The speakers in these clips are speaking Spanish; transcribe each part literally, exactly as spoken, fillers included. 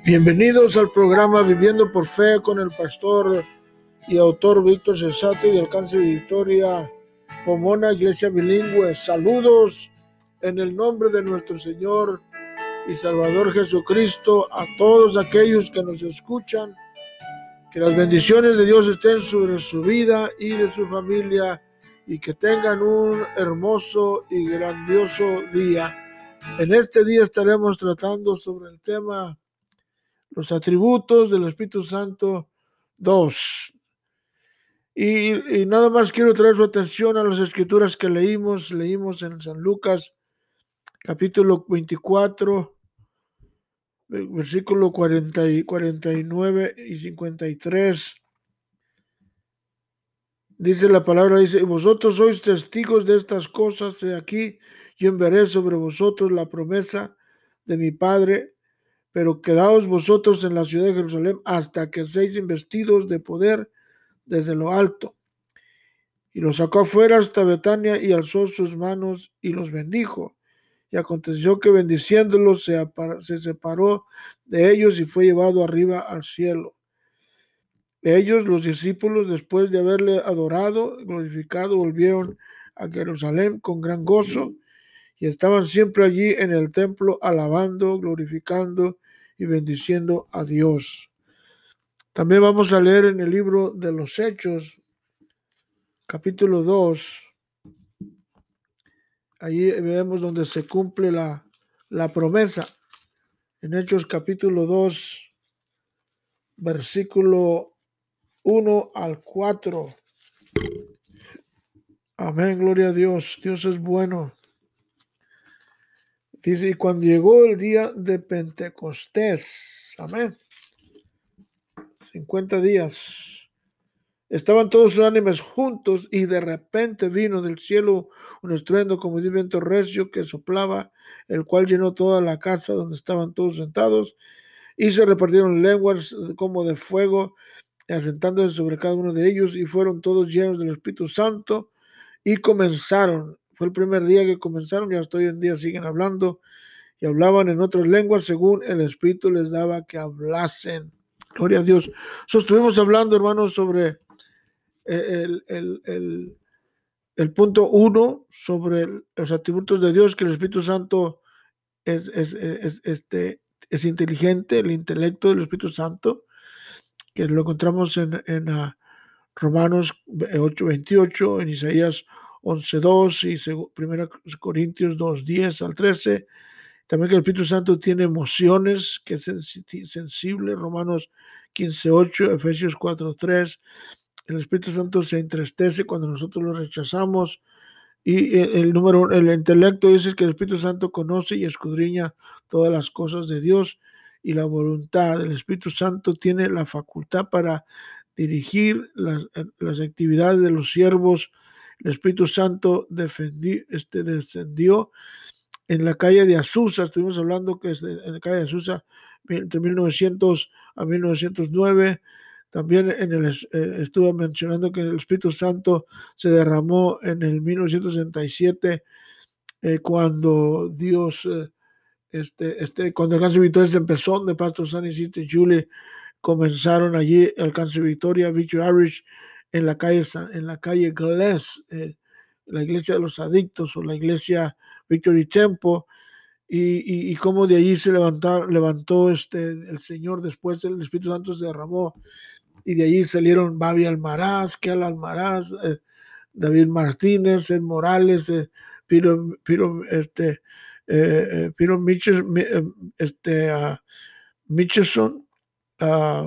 Bienvenidos al programa Viviendo por Fe con el pastor y autor Víctor Cesato y Alcance Victoria Pomona, Iglesia Bilingüe. Saludos en el nombre de nuestro Señor y Salvador Jesucristo a todos aquellos que nos escuchan. Que las bendiciones de Dios estén sobre su vida y de su familia y que tengan un hermoso y grandioso día. En este día estaremos tratando sobre el tema los atributos del Espíritu Santo dos. Y, y nada más quiero traer su atención a las escrituras que leímos. Leímos en San Lucas, capítulo veinticuatro, versículo cuarenta y, cuarenta y nueve y cincuenta y tres. Dice la palabra, dice, vosotros sois testigos de estas cosas, de aquí yo enviaré sobre vosotros la promesa de mi Padre. Pero quedaos vosotros en la ciudad de Jerusalén hasta que seáis investidos de poder desde lo alto. Y los sacó afuera hasta Betania y alzó sus manos y los bendijo. Y aconteció que bendiciéndolos se, se separó de ellos y fue llevado arriba al cielo. Ellos, los discípulos, después de haberle adorado, glorificado, volvieron a Jerusalén con gran gozo y estaban siempre allí en el templo alabando, glorificando y bendiciendo a Dios. También vamos a leer en el libro de los Hechos, capítulo dos. Allí vemos donde se cumple la, la promesa. En Hechos capítulo dos, versículo uno al cuatro. Amén, gloria a Dios. Dios es bueno. Dice, y cuando llegó el día de Pentecostés, amén, cincuenta días, estaban todos unánimes juntos y de repente vino del cielo un estruendo como de un viento recio que soplaba, el cual llenó toda la casa donde estaban todos sentados y se repartieron lenguas como de fuego, asentándose sobre cada uno de ellos y fueron todos llenos del Espíritu Santo y comenzaron, fue el primer día que comenzaron y hasta hoy en día siguen hablando y hablaban en otras lenguas según el Espíritu les daba que hablasen. Gloria a Dios. So, estuvimos hablando, hermanos, sobre el, el, el, el punto uno, sobre los atributos de Dios, que el Espíritu Santo es, es, es, este, es inteligente, el intelecto del Espíritu Santo, que lo encontramos en, en uh, Romanos ocho veintiocho, en Isaías once dos y primera Corintios dos diez al trece. También que el Espíritu Santo tiene emociones, que es sensible, Romanos quince ocho, Efesios cuatro tres. El Espíritu Santo se entristece cuando nosotros lo rechazamos. Y el, el número, el intelecto dice que el Espíritu Santo conoce y escudriña todas las cosas de Dios. Y la voluntad del Espíritu Santo tiene la facultad para dirigir las, las actividades de los siervos. El Espíritu Santo defendí, este, descendió en la calle de Azusa. Estuvimos hablando que es de, en la calle de Azusa entre mil novecientos a mil novecientos nueve. También en el, eh, estuve mencionando que el Espíritu Santo se derramó en el mil novecientos sesenta y siete, eh, cuando Dios, eh, este, este, cuando Alcance Victoria se empezó, de Pastor Sunny Sister Julie, comenzaron allí Alcance Victoria, Victory Irish, en la calle, en la calle Glass, eh, la iglesia de los adictos o la iglesia Victory Temple. Y, y, y cómo de allí se levantó, levantó este, el Señor, después el Espíritu Santo se derramó y de allí salieron Babi Almaraz, Kel Almaraz, eh, David Martínez, Ed Morales, eh, Piro, Piro, este, eh, Piro Mitchell, este, uh, Mitchelson, uh,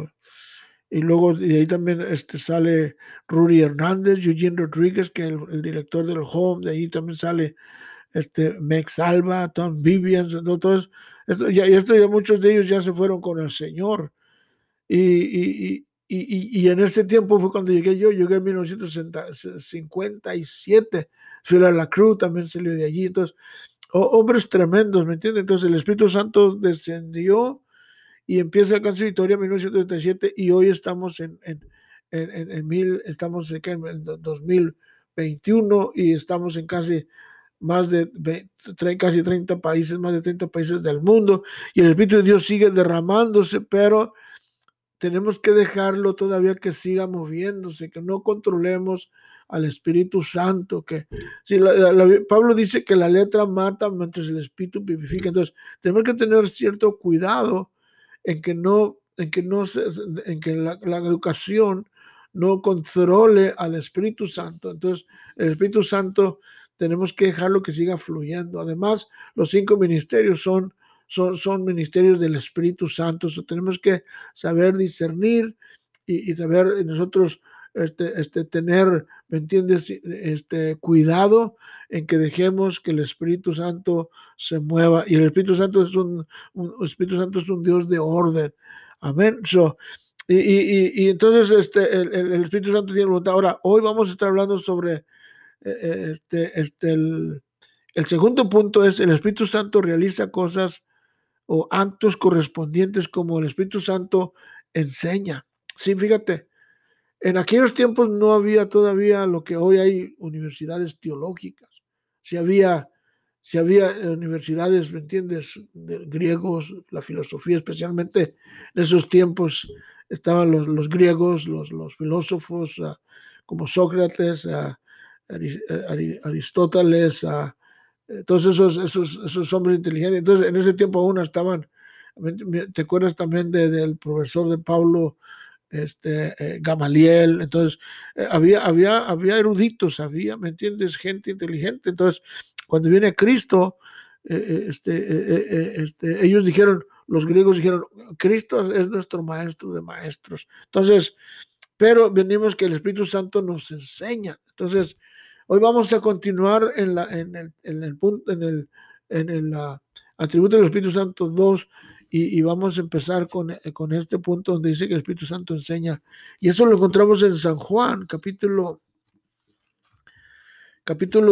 y luego de ahí también este, sale Rudy Hernández, Eugene Rodríguez, que es el, el director del Home, de ahí también sale este, Mex Alba, Tom Vivian, ¿no? Todos, esto, ya, esto ya muchos de ellos ya se fueron con el Señor. Y, y, y, y, y en ese tiempo fue cuando llegué yo, llegué en mil novecientos cincuenta y siete, Phil La Cruz también salió de allí. Entonces, oh, hombres tremendos, ¿me entiendes? Entonces el Espíritu Santo descendió y empieza a Alcance Victoria en mil novecientos setenta y siete y hoy estamos en, en, en, en, en mil, estamos en, en dos mil veintiuno y estamos en casi más de veinte, casi treinta países, más de treinta países del mundo, y el Espíritu de Dios sigue derramándose, pero tenemos que dejarlo todavía que siga moviéndose, que no controlemos al Espíritu Santo, que si la, la, la, Pablo dice que la letra mata mientras el Espíritu vivifica. Entonces tenemos que tener cierto cuidado en que no, en que no se, en que la, la educación no controle al Espíritu Santo. Entonces el Espíritu Santo tenemos que dejarlo que siga fluyendo. Además, los cinco ministerios son Son, son ministerios del Espíritu Santo. So, tenemos que saber discernir y, y saber nosotros este, este, tener, ¿me entiendes? Este, cuidado en que dejemos que el Espíritu Santo se mueva. Y el Espíritu Santo es un, un Espíritu Santo es un Dios de orden. Amén. So, y, y, y, entonces este, el, el, Espíritu Santo tiene voluntad. Ahora, hoy vamos a estar hablando sobre eh, este, este, el, el segundo punto es el Espíritu Santo realiza cosas o actos correspondientes como el Espíritu Santo enseña. Sí, fíjate, en aquellos tiempos no había todavía lo que hoy hay universidades teológicas. Sí había, sí había universidades, ¿me entiendes?, de griegos, la filosofía, especialmente en esos tiempos estaban los, los griegos, los, los filósofos uh, como Sócrates, uh, Aristóteles, uh, todos esos, esos, esos hombres inteligentes. Entonces, en ese tiempo aún estaban, ¿te acuerdas también de, del profesor de Pablo, este, eh, Gamaliel? Entonces, eh, había, había, había eruditos, había, ¿me entiendes?, gente inteligente. Entonces, cuando viene Cristo, eh, este, eh, eh, este, ellos dijeron, los griegos dijeron, Cristo es nuestro maestro de maestros. Entonces, pero venimos que el Espíritu Santo nos enseña. Entonces, hoy vamos a continuar en, la, en, el, en el punto, en el, en el uh, atributo del Espíritu Santo dos, y, y vamos a empezar con, con este punto donde dice que el Espíritu Santo enseña. Y eso lo encontramos en San Juan, capítulo, capítulo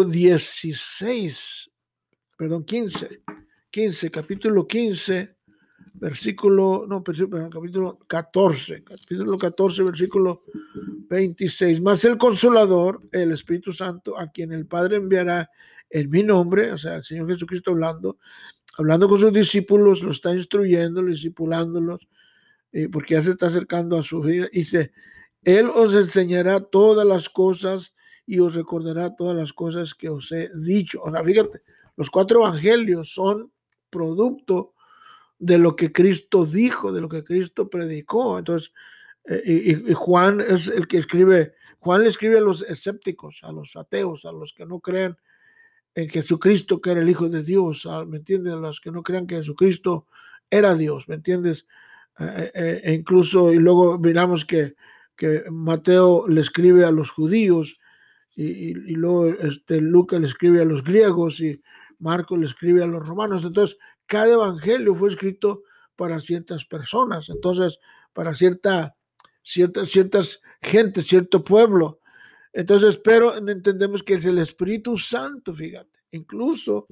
dieciséis, perdón, quince, quince, capítulo quince, versículo, no, perdón, capítulo catorce, capítulo catorce, versículo veintiséis. Más el Consolador, el Espíritu Santo, a quien el Padre enviará en mi nombre, o sea, el Señor Jesucristo hablando, hablando con sus discípulos, los está instruyendo, discipulándolos, eh, porque ya se está acercando a su vida. Dice, Él os enseñará todas las cosas y os recordará todas las cosas que os he dicho. O sea, fíjate, los cuatro evangelios son producto de lo que Cristo dijo, de lo que Cristo predicó. Entonces, eh, y, y Juan es el que escribe, Juan le escribe a los escépticos, a los ateos, a los que no creen en Jesucristo, que era el Hijo de Dios, a, ¿me entiendes? A los que no crean que Jesucristo era Dios, ¿me entiendes? Eh, eh, e incluso, y luego miramos que, que Mateo le escribe a los judíos, y, y, y luego este, Lucas le escribe a los griegos, y Marcos le escribe a los romanos. Entonces, cada evangelio fue escrito para ciertas personas, entonces, para cierta, cierta, ciertas gentes, cierto pueblo. Entonces, pero entendemos que es el Espíritu Santo, fíjate. Incluso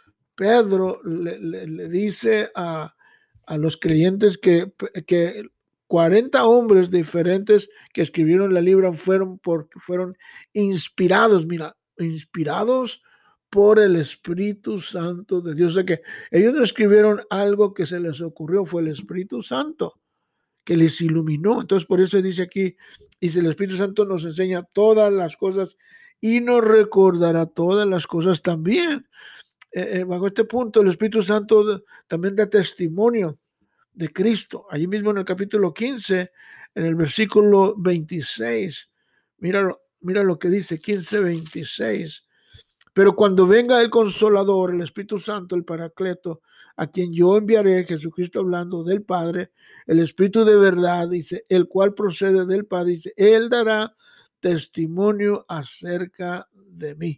Pedro le, le, le dice a, a los creyentes que, que cuarenta hombres diferentes que escribieron la Biblia fueron, por, fueron inspirados, mira, inspirados por el Espíritu Santo de Dios. O sea que ellos no escribieron algo que se les ocurrió, fue el Espíritu Santo que les iluminó. Entonces, por eso dice aquí, dice, el Espíritu Santo nos enseña todas las cosas y nos recordará todas las cosas también. Eh, eh, bajo este punto, el Espíritu Santo también da testimonio de Cristo. Allí mismo en el capítulo quince, en el versículo veintiséis, mira, mira lo que dice, quince, veintiséis. Pero cuando venga el Consolador, el Espíritu Santo, el Paracleto, a quien yo enviaré, Jesucristo hablando del Padre, el Espíritu de verdad, dice, el cual procede del Padre, dice, Él dará testimonio acerca de mí.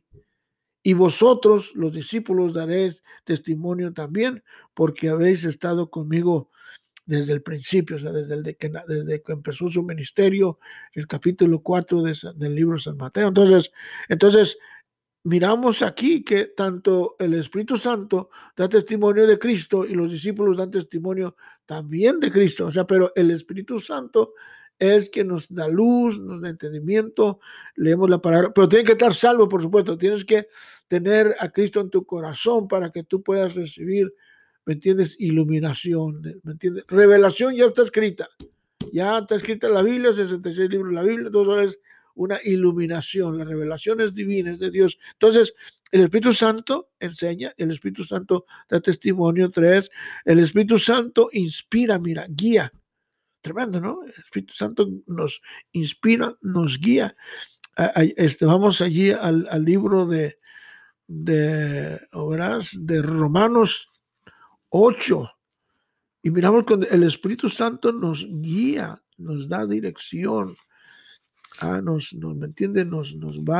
Y vosotros, los discípulos, daréis testimonio también, porque habéis estado conmigo desde el principio, o sea, desde, el de que, desde que empezó su ministerio, el capítulo cuatro de, del libro de San Mateo. Entonces, entonces, miramos aquí que tanto el Espíritu Santo da testimonio de Cristo y los discípulos dan testimonio también de Cristo. O sea, pero el Espíritu Santo es que nos da luz, nos da entendimiento, leemos la palabra, pero tiene que estar salvo, por supuesto, tienes que tener a Cristo en tu corazón para que tú puedas recibir, ¿me entiendes? Iluminación, ¿me entiendes? Revelación ya está escrita, ya está escrita en la Biblia, sesenta y seis libros de la Biblia, entonces ahora es una iluminación, la revelación es divina, es de Dios. Entonces, el Espíritu Santo enseña, el Espíritu Santo da testimonio, tres, el Espíritu Santo inspira, mira, guía. Tremendo, ¿no? El Espíritu Santo nos inspira, nos guía. Este, vamos allí al, al libro de, de, verás, de Romanos ocho y miramos cuando el Espíritu Santo nos guía, nos da dirección, ah, nos, nos, ¿me entiende? Nos, nos va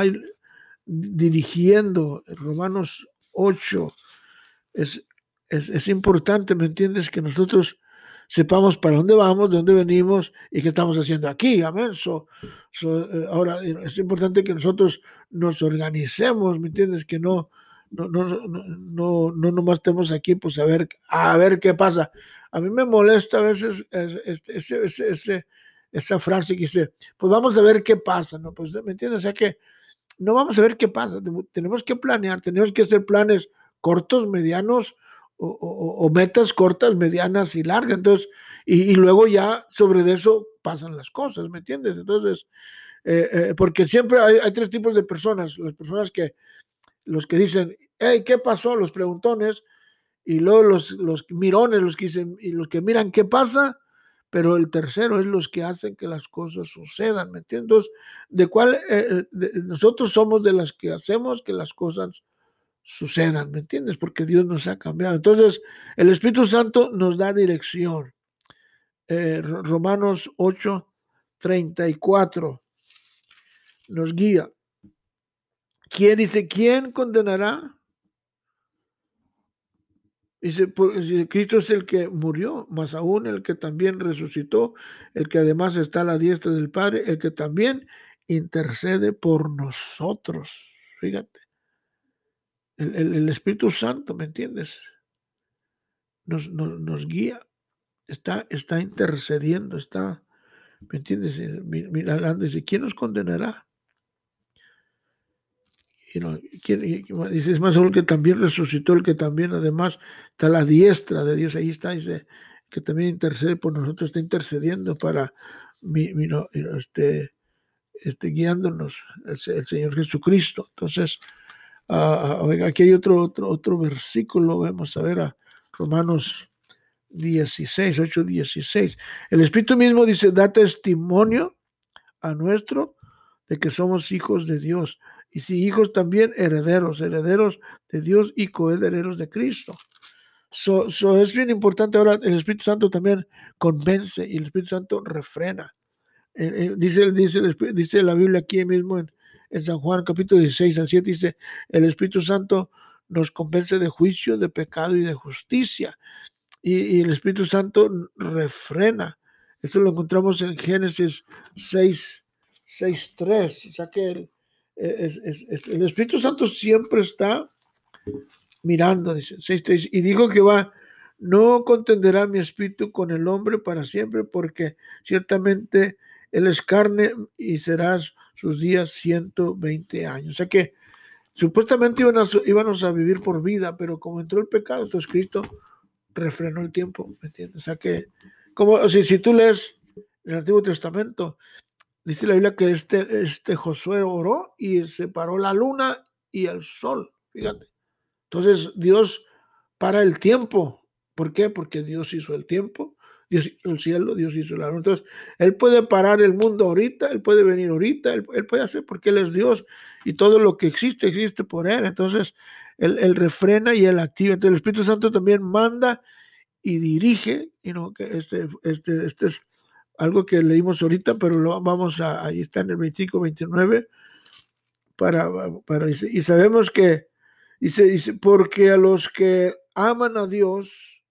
dirigiendo. Romanos ocho es, es, es importante, ¿me entiendes? Que nosotros sepamos para dónde vamos, de dónde venimos y qué estamos haciendo aquí. Amén. So, so, eh, ahora es importante que nosotros nos organicemos, ¿me entiendes? Que no, no, no, no, no, no nomás estemos aquí, pues a ver, a ver qué pasa. A mí me molesta a veces ese, ese, ese, ese, esa frase que dice, pues vamos a ver qué pasa, ¿no? Pues, ¿me entiendes? O sea que no vamos a ver qué pasa. Tenemos que planear, tenemos que hacer planes cortos, medianos o, o, o metas cortas, medianas y largas. Entonces, y, y, luego ya sobre eso pasan las cosas, ¿me entiendes? Entonces, eh, eh, porque siempre hay, hay tres tipos de personas. Las personas que, los que dicen, hey, ¿qué pasó? Los preguntones, y luego los, los mirones, los que dicen, y los que miran qué pasa, pero el tercero es los que hacen que las cosas sucedan, ¿me entiendes? Entonces, de cuál, eh, de, nosotros somos de las que hacemos que las cosas sucedan, ¿me entiendes? Porque Dios nos ha cambiado. Entonces, el Espíritu Santo nos da dirección. Eh, Romanos ocho, treinta y cuatro nos guía. ¿Quién dice, quién condenará? Dice, por, dice, Cristo es el que murió, más aún el que también resucitó, el que además está a la diestra del Padre, el que también intercede por nosotros. Fíjate, el, el, el Espíritu Santo, ¿me entiendes? Nos, nos, nos guía, está, está intercediendo, está, ¿me entiendes? Mirando, dice, ¿quién nos condenará? Y no, ¿quién, dice, es más aún el que también resucitó, el que también además está a la diestra de Dios, ahí está, dice, que también intercede por nosotros, está intercediendo para mi, mi, no, este, este, guiándonos el, el Señor Jesucristo. Entonces, uh, oiga, aquí hay otro, otro, otro versículo, vamos a ver a Romanos dieciséis, ocho, dieciséis. El Espíritu mismo dice, da testimonio a nuestro de que somos hijos de Dios. Y si hijos también, herederos, herederos de Dios y coherederos de Cristo. So, so es bien importante ahora, el Espíritu Santo también convence y el Espíritu Santo refrena. Eh, eh, dice, dice, dice la Biblia aquí mismo en, en San Juan capítulo dieciséis al siete, dice, el Espíritu Santo nos convence de juicio, de pecado y de justicia. Y, y el Espíritu Santo refrena. Eso lo encontramos en Génesis seis, seis tres. O sea que el, es, es, es, el Espíritu Santo siempre está mirando, dice seis tres, y dijo Jehová, no contenderá mi espíritu con el hombre para siempre, porque ciertamente él es carne y serás sus días ciento veinte años. O sea que supuestamente iban a, íbamos a vivir por vida, pero como entró el pecado, entonces Cristo refrenó el tiempo, ¿me entiendes? O sea que, como o sea, si tú lees el Antiguo Testamento, dice la Biblia que este, este Josué oró y separó la luna y el sol, fíjate. Entonces Dios para el tiempo. ¿Por qué? Porque Dios hizo el tiempo, Dios hizo el cielo, Dios hizo la luna. Entonces, Él puede parar el mundo ahorita, Él puede venir ahorita, Él, él puede hacer porque Él es Dios y todo lo que existe, existe por Él. Entonces, Él, él refrena y Él activa. Entonces, el Espíritu Santo también manda y dirige, you know, que este, este, este es algo que leímos ahorita, pero lo vamos a, ahí está en el veinticinco, veintinueve, para, para, y sabemos que Dice, dice, porque a los que aman a Dios,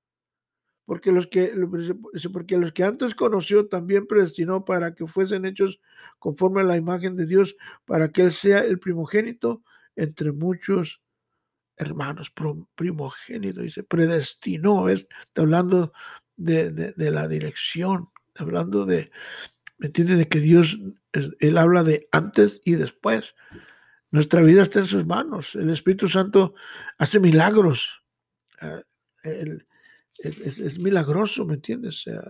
porque los que, porque a los que antes conoció también predestinó para que fuesen hechos conforme a la imagen de Dios, para que Él sea el primogénito entre muchos hermanos. Primogénito, dice, predestinó, ¿ves? Está hablando de, de, de la dirección, hablando de, ¿Me entiendes? De que Dios, Él habla de antes y después. Nuestra vida está en sus manos. El Espíritu Santo hace milagros. Uh, el, es, es, es, milagroso, ¿me entiendes? Uh,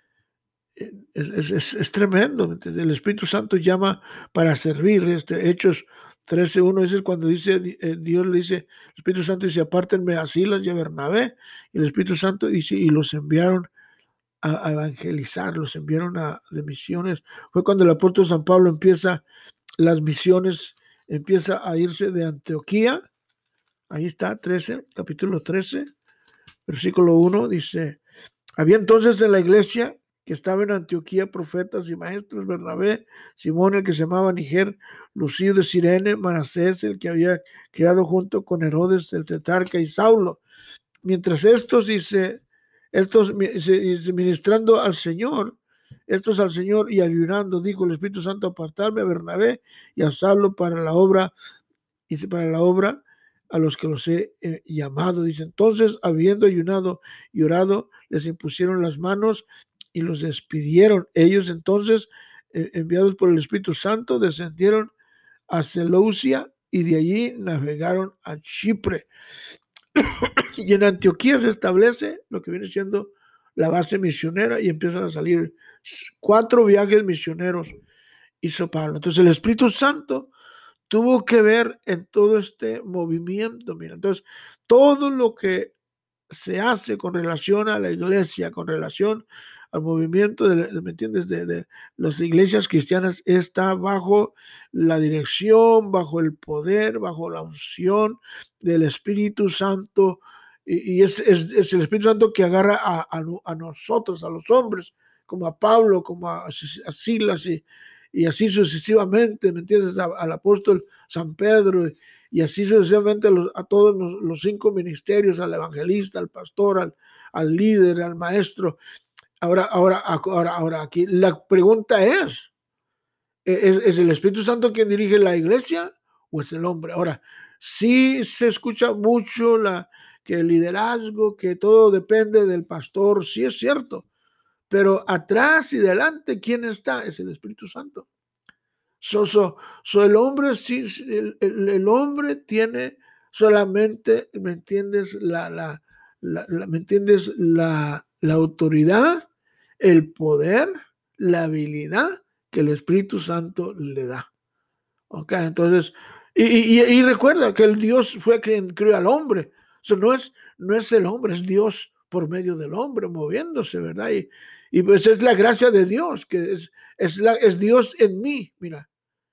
es, es, es, es, tremendo. ¿Me entiendes? El Espíritu Santo llama para servir. Este, Hechos trece uno, ese es cuando dice, eh, Dios le dice, el Espíritu Santo dice, apártenme a Silas y a Bernabé. Y el Espíritu Santo dice, y los enviaron a, a evangelizar, los enviaron a, de misiones. Fue cuando el apóstol San Pablo empieza las misiones, empieza a irse de Antioquía. Ahí está, trece, capítulo trece, versículo uno, dice, había entonces en la iglesia que estaba en Antioquía profetas y maestros, Bernabé, Simón, el que se llamaba Niger, Lucio de Cirene, Manasés, el que había criado junto con Herodes, el tetrarca, y Saulo. Mientras estos, dice, estos ministrando al Señor, estos al Señor y ayunando, dijo el Espíritu Santo, apartarme a Bernabé y a Saulo para la obra, dice, para la obra a los que los he eh, llamado. Dice, entonces, habiendo ayunado y orado, les impusieron las manos y los despidieron. Ellos entonces, eh, enviados por el Espíritu Santo, descendieron a Seleucia y de allí navegaron a Chipre. Y en Antioquía se establece lo que viene siendo la base misionera y empiezan a salir cuatro viajes misioneros hizo Pablo. Entonces el Espíritu Santo tuvo que ver en todo este movimiento. Mira, entonces todo lo que se hace con relación a la iglesia, con relación al movimiento, de, ¿me entiendes?, de, de las iglesias cristianas, está bajo la dirección, bajo el poder, bajo la unción del Espíritu Santo, y, y es, es, es el Espíritu Santo que agarra a, a, a nosotros, a los hombres, como a Pablo, como a, a Silas, y, y así sucesivamente, ¿me entiendes?, a, al apóstol San Pedro, y así sucesivamente a, los, a todos los, los cinco ministerios, al evangelista, al pastor, al, al líder, al maestro. Ahora, ahora, ahora, ahora, aquí la pregunta es, ¿es, ¿es el Espíritu Santo quien dirige la iglesia o es el hombre? Ahora, sí se escucha mucho la, que el liderazgo, que todo depende del pastor, sí es cierto, pero atrás y delante, ¿quién está? Es el Espíritu Santo. So, so, so el hombre, sí, el, el, el hombre tiene solamente, ¿me entiendes? La, la, la, la ¿me entiendes? La, la autoridad, el poder, la habilidad que el Espíritu Santo le da. Ok, entonces, y, y, y recuerda que el Dios fue quien creó al hombre. So, no es, no es el hombre, es Dios por medio del hombre moviéndose, ¿verdad? Y, y pues es la gracia de Dios, que es, es, la, es Dios en mí, mira.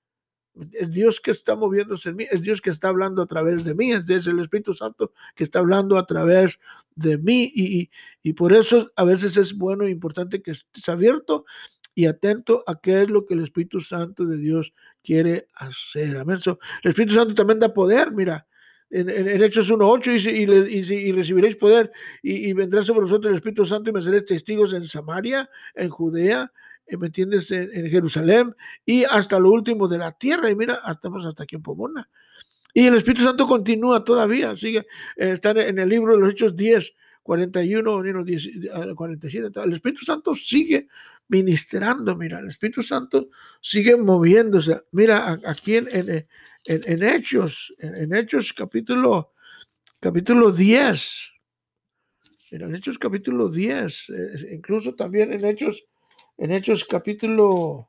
Es Dios que está moviéndose en mí, es Dios que está hablando a través de mí, es el Espíritu Santo que está hablando a través de mí, y, y, y por eso a veces es bueno e importante que estés abierto y atento a qué es lo que el Espíritu Santo de Dios quiere hacer. Amén. So, el Espíritu Santo también da poder, mira. En, en, en Hechos uno ocho dice, y, le, y, y recibiréis poder, y, y vendrá sobre vosotros el Espíritu Santo y me seréis testigos en Samaria, en Judea, ¿me entiendes?, en, en Jerusalén y hasta lo último de la tierra. Y mira, estamos hasta aquí en Pomona. Y el Espíritu Santo continúa todavía, sigue, eh, está en el libro de los Hechos diez, cuarenta y uno, diez, cuarenta y siete. El Espíritu Santo sigue ministrando, mira, el Espíritu Santo sigue moviéndose. Mira, aquí en, en, en, en Hechos, en, en Hechos capítulo, capítulo diez, mira, en Hechos capítulo diez, eh, incluso también en Hechos, en Hechos capítulo,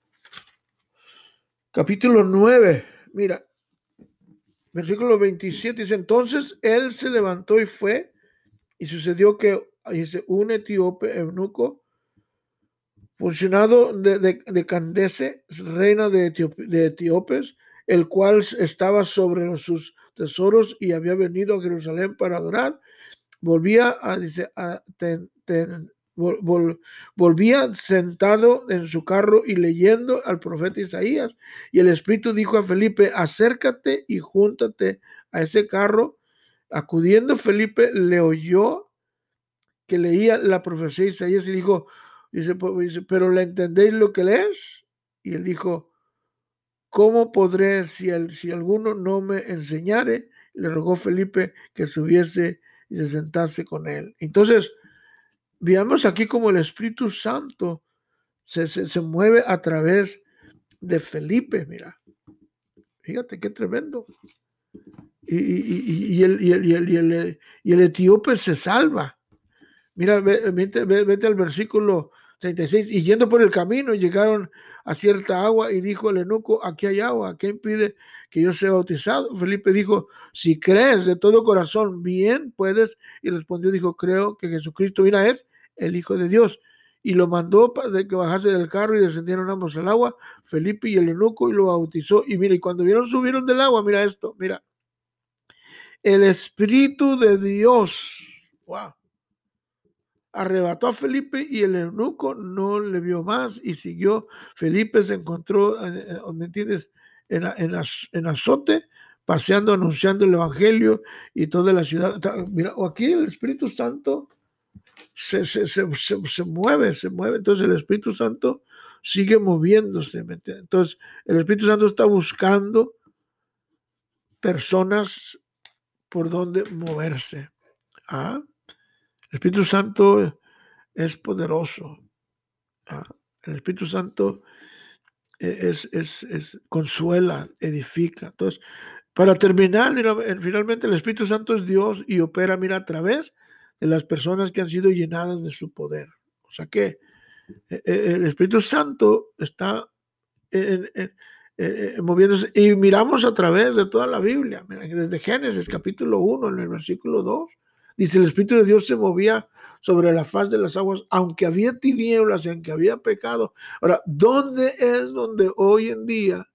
capítulo nueve, mira, versículo veintisiete, dice, entonces él se levantó y fue, y sucedió que, dice, un etíope eunuco, funcionado de, de, de Candace, reina de, Etiop- de Etíopes, el cual estaba sobre sus tesoros y había venido a Jerusalén para adorar, volvía a, dice, a ten, ten, vol, vol, volvía sentado en su carro y leyendo al profeta Isaías, y el Espíritu dijo a Felipe, acércate y júntate a ese carro. Acudiendo Felipe le oyó que leía la profecía de Isaías y dijo, dice, dice, pero ¿le entendéis lo que lees? Y él dijo, ¿cómo podré si, el, si alguno no me enseñare? Le rogó Felipe que subiese y se sentase con él. Entonces, veamos aquí como el Espíritu Santo se, se, se mueve a través de Felipe, mira. Fíjate qué tremendo. Y, y, y, el, y, el, y, el, y, el, y el etíope se salva. Mira, vete, vete al versículo treinta y seis. Y yendo por el camino, llegaron a cierta agua y dijo el eunuco, aquí hay agua, ¿qué impide que yo sea bautizado? Felipe dijo, si crees de todo corazón, bien puedes. Y respondió, dijo, creo que Jesucristo mira es el Hijo de Dios. Y lo mandó para que bajase del carro y descendieron ambos al agua, Felipe y el eunuco, y lo bautizó. Y mira, y cuando vieron subieron del agua, mira esto, mira, el Espíritu de Dios, wow, arrebató a Felipe y el eunuco no le vio más y siguió. Felipe se encontró, ¿me entiendes?, en, en, en azote, paseando, anunciando el evangelio y toda la ciudad. Mira, aquí el Espíritu Santo se, se, se, se, se mueve, se mueve. Entonces el Espíritu Santo sigue moviéndose. ¿Me entiendes? Entonces el Espíritu Santo está buscando personas por donde moverse. ¿Ah? El Espíritu Santo es poderoso. ¿Ah? El Espíritu Santo es, es, es, consuela, edifica. Entonces, para terminar, mira, finalmente el Espíritu Santo es Dios y opera, mira, a través de las personas que han sido llenadas de su poder. O sea que eh, el Espíritu Santo está en, en, en, moviéndose y miramos a través de toda la Biblia, mira, desde Génesis capítulo uno, en el versículo dos, dice, el Espíritu de Dios se movía sobre la faz de las aguas, aunque había tinieblas y aunque había pecado. Ahora, ¿dónde es donde hoy en día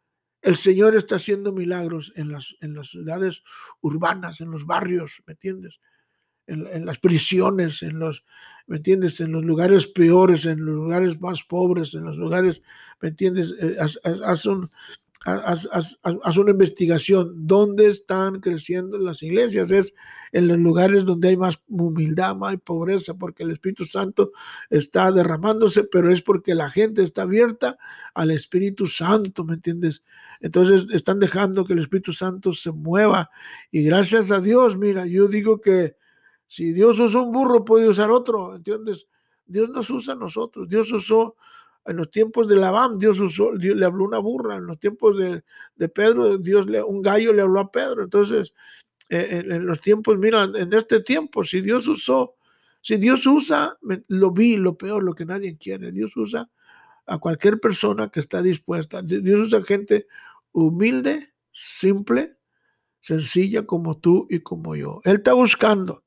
el Señor está haciendo milagros? En las, en las ciudades urbanas, en los barrios, ¿me entiendes? En, en las prisiones, en los, ¿me entiendes? En los lugares peores, en los lugares más pobres, en los lugares, ¿me entiendes? Eh, haz, haz, un, haz, haz, haz una investigación. ¿Dónde están creciendo las iglesias? Es en los lugares donde hay más humildad, más pobreza, porque el Espíritu Santo está derramándose, pero es porque la gente está abierta al Espíritu Santo, ¿me entiendes? Entonces están dejando que el Espíritu Santo se mueva y gracias a Dios, mira, yo digo que si Dios usó un burro, puede usar otro, ¿entiendes? Dios nos usa a nosotros. Dios usó en los tiempos de Labán, Dios usó, Dios le habló una burra. En los tiempos de, de Pedro, Dios le, un gallo le habló a Pedro. Entonces, eh, en, en los tiempos, mira, en este tiempo, si Dios usó, si Dios usa, lo vi, lo peor, lo que nadie quiere, Dios usa a cualquier persona que está dispuesta. Dios usa gente humilde, simple, sencilla como tú y como yo. Él está buscando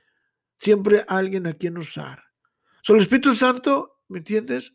siempre alguien a quien usar. So, el Espíritu Santo, ¿me entiendes?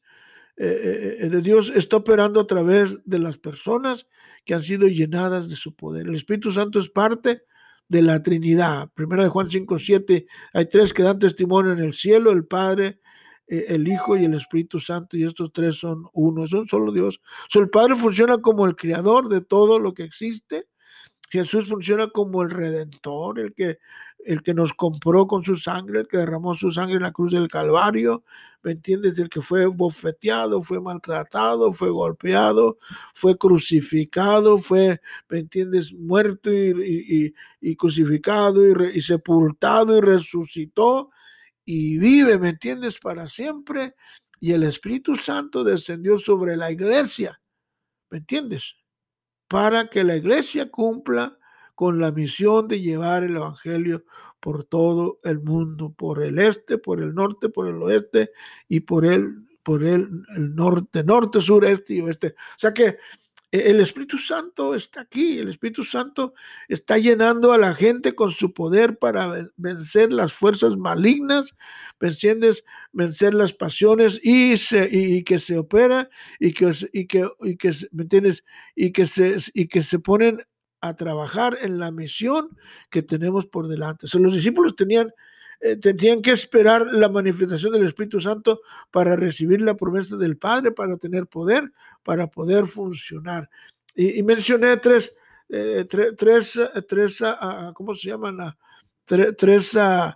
Eh, eh, de Dios está operando a través de las personas que han sido llenadas de su poder. El Espíritu Santo es parte de la Trinidad. Primera de Juan cinco, siete, hay tres que dan testimonio en el cielo, el Padre, eh, el Hijo y el Espíritu Santo, y estos tres son uno, son solo Dios. So, el Padre funciona como el creador de todo lo que existe. Jesús funciona como el redentor, el que, el que nos compró con su sangre, el que derramó su sangre en la cruz del Calvario, ¿me entiendes? El que fue bofeteado, fue maltratado, fue golpeado, fue crucificado, fue, ¿me entiendes? Muerto y, y, y crucificado y, re, y sepultado y resucitó y vive, ¿me entiendes? Para siempre. Y el Espíritu Santo descendió sobre la iglesia, ¿me entiendes? Para que la iglesia cumpla con la misión de llevar el evangelio por todo el mundo, por el este, por el norte, por el oeste y por el, por el, el norte, norte, sur, este y oeste. O sea que el Espíritu Santo está aquí, el Espíritu Santo está llenando a la gente con su poder para vencer las fuerzas malignas, vencer, vencer las pasiones y, se, y que se opera y que, y que, y que, ¿me entiendes? Y que, se, y que se ponen a trabajar en la misión que tenemos por delante. O sea, los discípulos tenían Eh, tenían que esperar la manifestación del Espíritu Santo para recibir la promesa del Padre, para tener poder, para poder funcionar. Y, y mencioné tres, eh, tre, tres, tres uh, ¿cómo se llaman? Uh, tre, tres uh,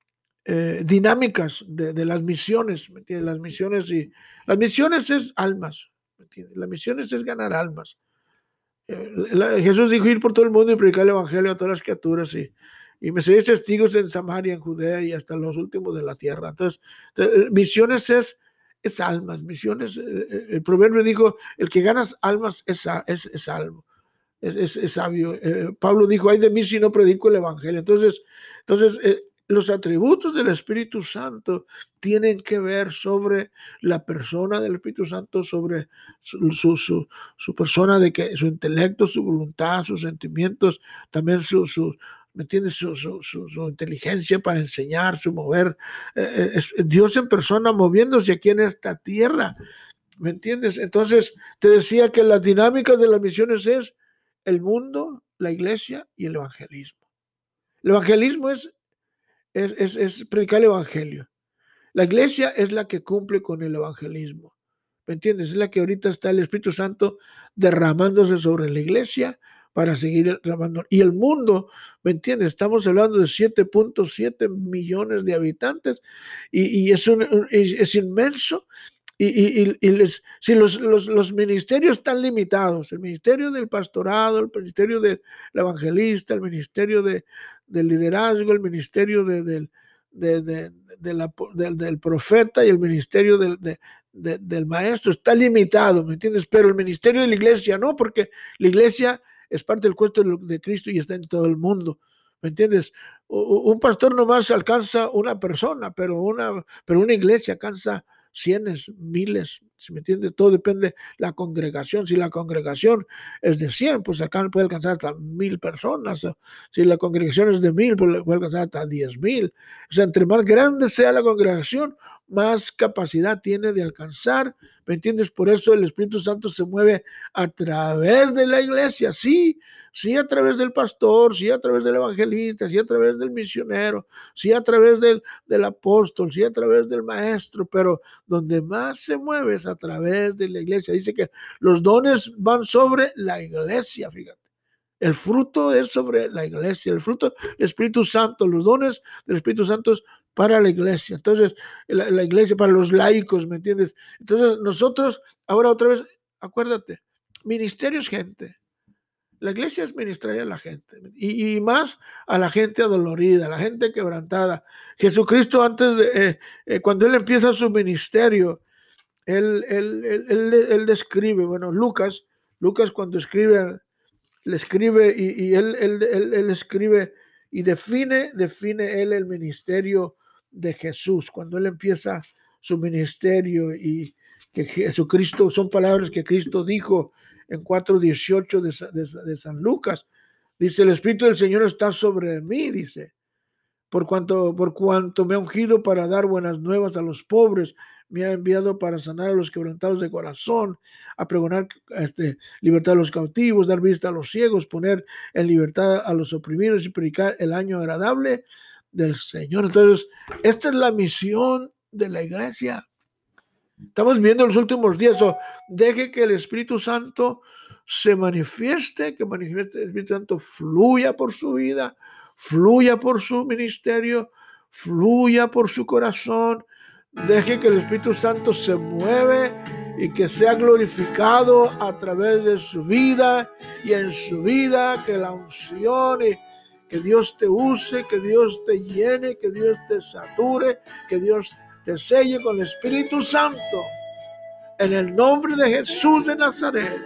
eh, dinámicas de, de las misiones, ¿me entiendes? Las misiones y las misiones es almas, ¿me entiendes? Las misiones es ganar almas. Eh, la, Jesús dijo ir por todo el mundo y predicar el evangelio a todas las criaturas y y me seréis testigos en Samaria, en Judea y hasta los últimos de la tierra. Entonces, misiones es es almas, misiones. Eh, el proverbio dijo, el que ganas almas es, es, es salvo. Es, es, es sabio. Eh, Pablo dijo, ay de mí si no predico el evangelio. Entonces, entonces eh, los atributos del Espíritu Santo tienen que ver sobre la persona del Espíritu Santo, sobre su, su, su, su persona, de que su intelecto, su voluntad, sus sentimientos, también su, su ¿me entiendes? Su, su, su, su inteligencia para enseñar, su mover. Eh, es Dios en persona moviéndose aquí en esta tierra. ¿Me entiendes? Entonces, te decía que las dinámicas de las misiones es el mundo, la iglesia y el evangelismo. El evangelismo es, es, es, es predicar el evangelio. La iglesia es la que cumple con el evangelismo. ¿Me entiendes? Es la que ahorita está el Espíritu Santo derramándose sobre la iglesia para seguir derramando. Y el mundo, ¿me entiendes? Estamos hablando de siete punto siete millones de habitantes y, y es, un, es, es inmenso. Y, y, y les, si los, los, los ministerios están limitados, el ministerio del pastorado, el ministerio del evangelista, el ministerio de, del liderazgo, el ministerio de, de, de, de, de la, de, del profeta y el ministerio del, de, de, del maestro está limitado, ¿me entiendes? Pero el ministerio de la iglesia no, porque la iglesia es parte del cuerpo de Cristo y está en todo el mundo, ¿me entiendes? Un pastor nomás alcanza una persona, pero una, pero una iglesia alcanza cienes, miles, ¿si me entiende? Todo depende de la congregación. Si la congregación es de cien, pues acá puede alcanzar hasta mil personas. Si la congregación es de mil, pues puede alcanzar hasta diez mil. O sea, entre más grande sea la congregación, más capacidad tiene de alcanzar, ¿me entiendes? Por eso el Espíritu Santo se mueve a través de la iglesia, sí, sí a través del pastor, sí a través del evangelista, sí a través del misionero, sí a través del, del apóstol, sí a través del maestro, pero donde más se mueve es a través de la iglesia. Dice que los dones van sobre la iglesia, fíjate. El fruto es sobre la iglesia, el fruto del Espíritu Santo, los dones del Espíritu Santo es para la iglesia. Entonces, la, la iglesia para los laicos, ¿me entiendes? Entonces, nosotros, ahora otra vez, acuérdate, ministerio es gente. La iglesia es ministrar a la gente y, y más a la gente adolorida, a la gente quebrantada. Jesucristo antes de, eh, eh, cuando él empieza su ministerio, él, él, él, él, él describe, bueno, Lucas, Lucas cuando escribe, le escribe y, y él, él, él, él escribe y define, define él el ministerio de Jesús, cuando él empieza su ministerio y que Jesucristo, son palabras que Cristo dijo en cuatro dieciocho de, de, de San Lucas. Dice, el Espíritu del Señor está sobre mí, dice, por cuanto, por cuanto me ha ungido para dar buenas nuevas a los pobres, me ha enviado para sanar a los quebrantados de corazón, a pregonar este, libertad a los cautivos, dar vista a los ciegos, poner en libertad a los oprimidos y predicar el año agradable del Señor. Entonces, esta es la misión de la iglesia. Estamos viendo los últimos días, so, deje que el Espíritu Santo se manifieste, que manifieste el Espíritu Santo fluya por su vida, fluya por su ministerio, fluya por su corazón. Deje que el Espíritu Santo se mueve y que sea glorificado a través de su vida y en su vida, que la unción y que Dios te use, que Dios te llene, que Dios te sature, que Dios te selle con el Espíritu Santo. En el nombre de Jesús de Nazaret,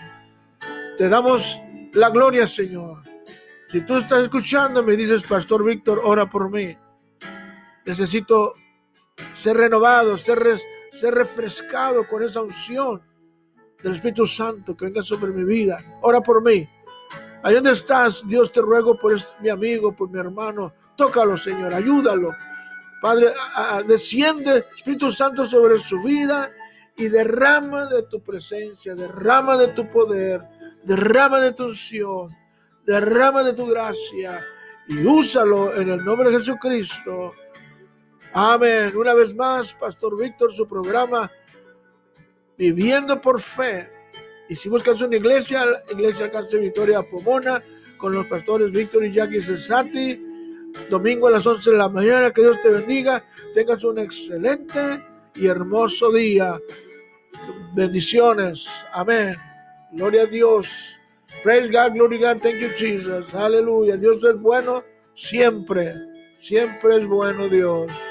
te damos la gloria, Señor. Si tú estás escuchando, me dices, Pastor Víctor, ora por mí. Necesito ser renovado, ser, res, ser refrescado con esa unción del Espíritu Santo que venga sobre mi vida. Ora por mí. Ahí donde estás, Dios te ruego por mi amigo, por mi hermano. Tócalo, Señor, ayúdalo. Padre, a, a, desciende Espíritu Santo sobre su vida y derrama de tu presencia, derrama de tu poder, derrama de tu unción, derrama de tu gracia y úsalo en el nombre de Jesucristo. Amén. Una vez más, Pastor Víctor, su programa Viviendo por Fe. Y si buscas una iglesia, Iglesia Alcance Victoria Pomona, con los pastores Víctor y Jackie Cesati, domingo a las once de la mañana. Que Dios te bendiga, tengas un excelente y hermoso día. Bendiciones, amén. Gloria a Dios. Praise God, glory God, thank you Jesus. Aleluya. Dios es bueno siempre, siempre es bueno Dios.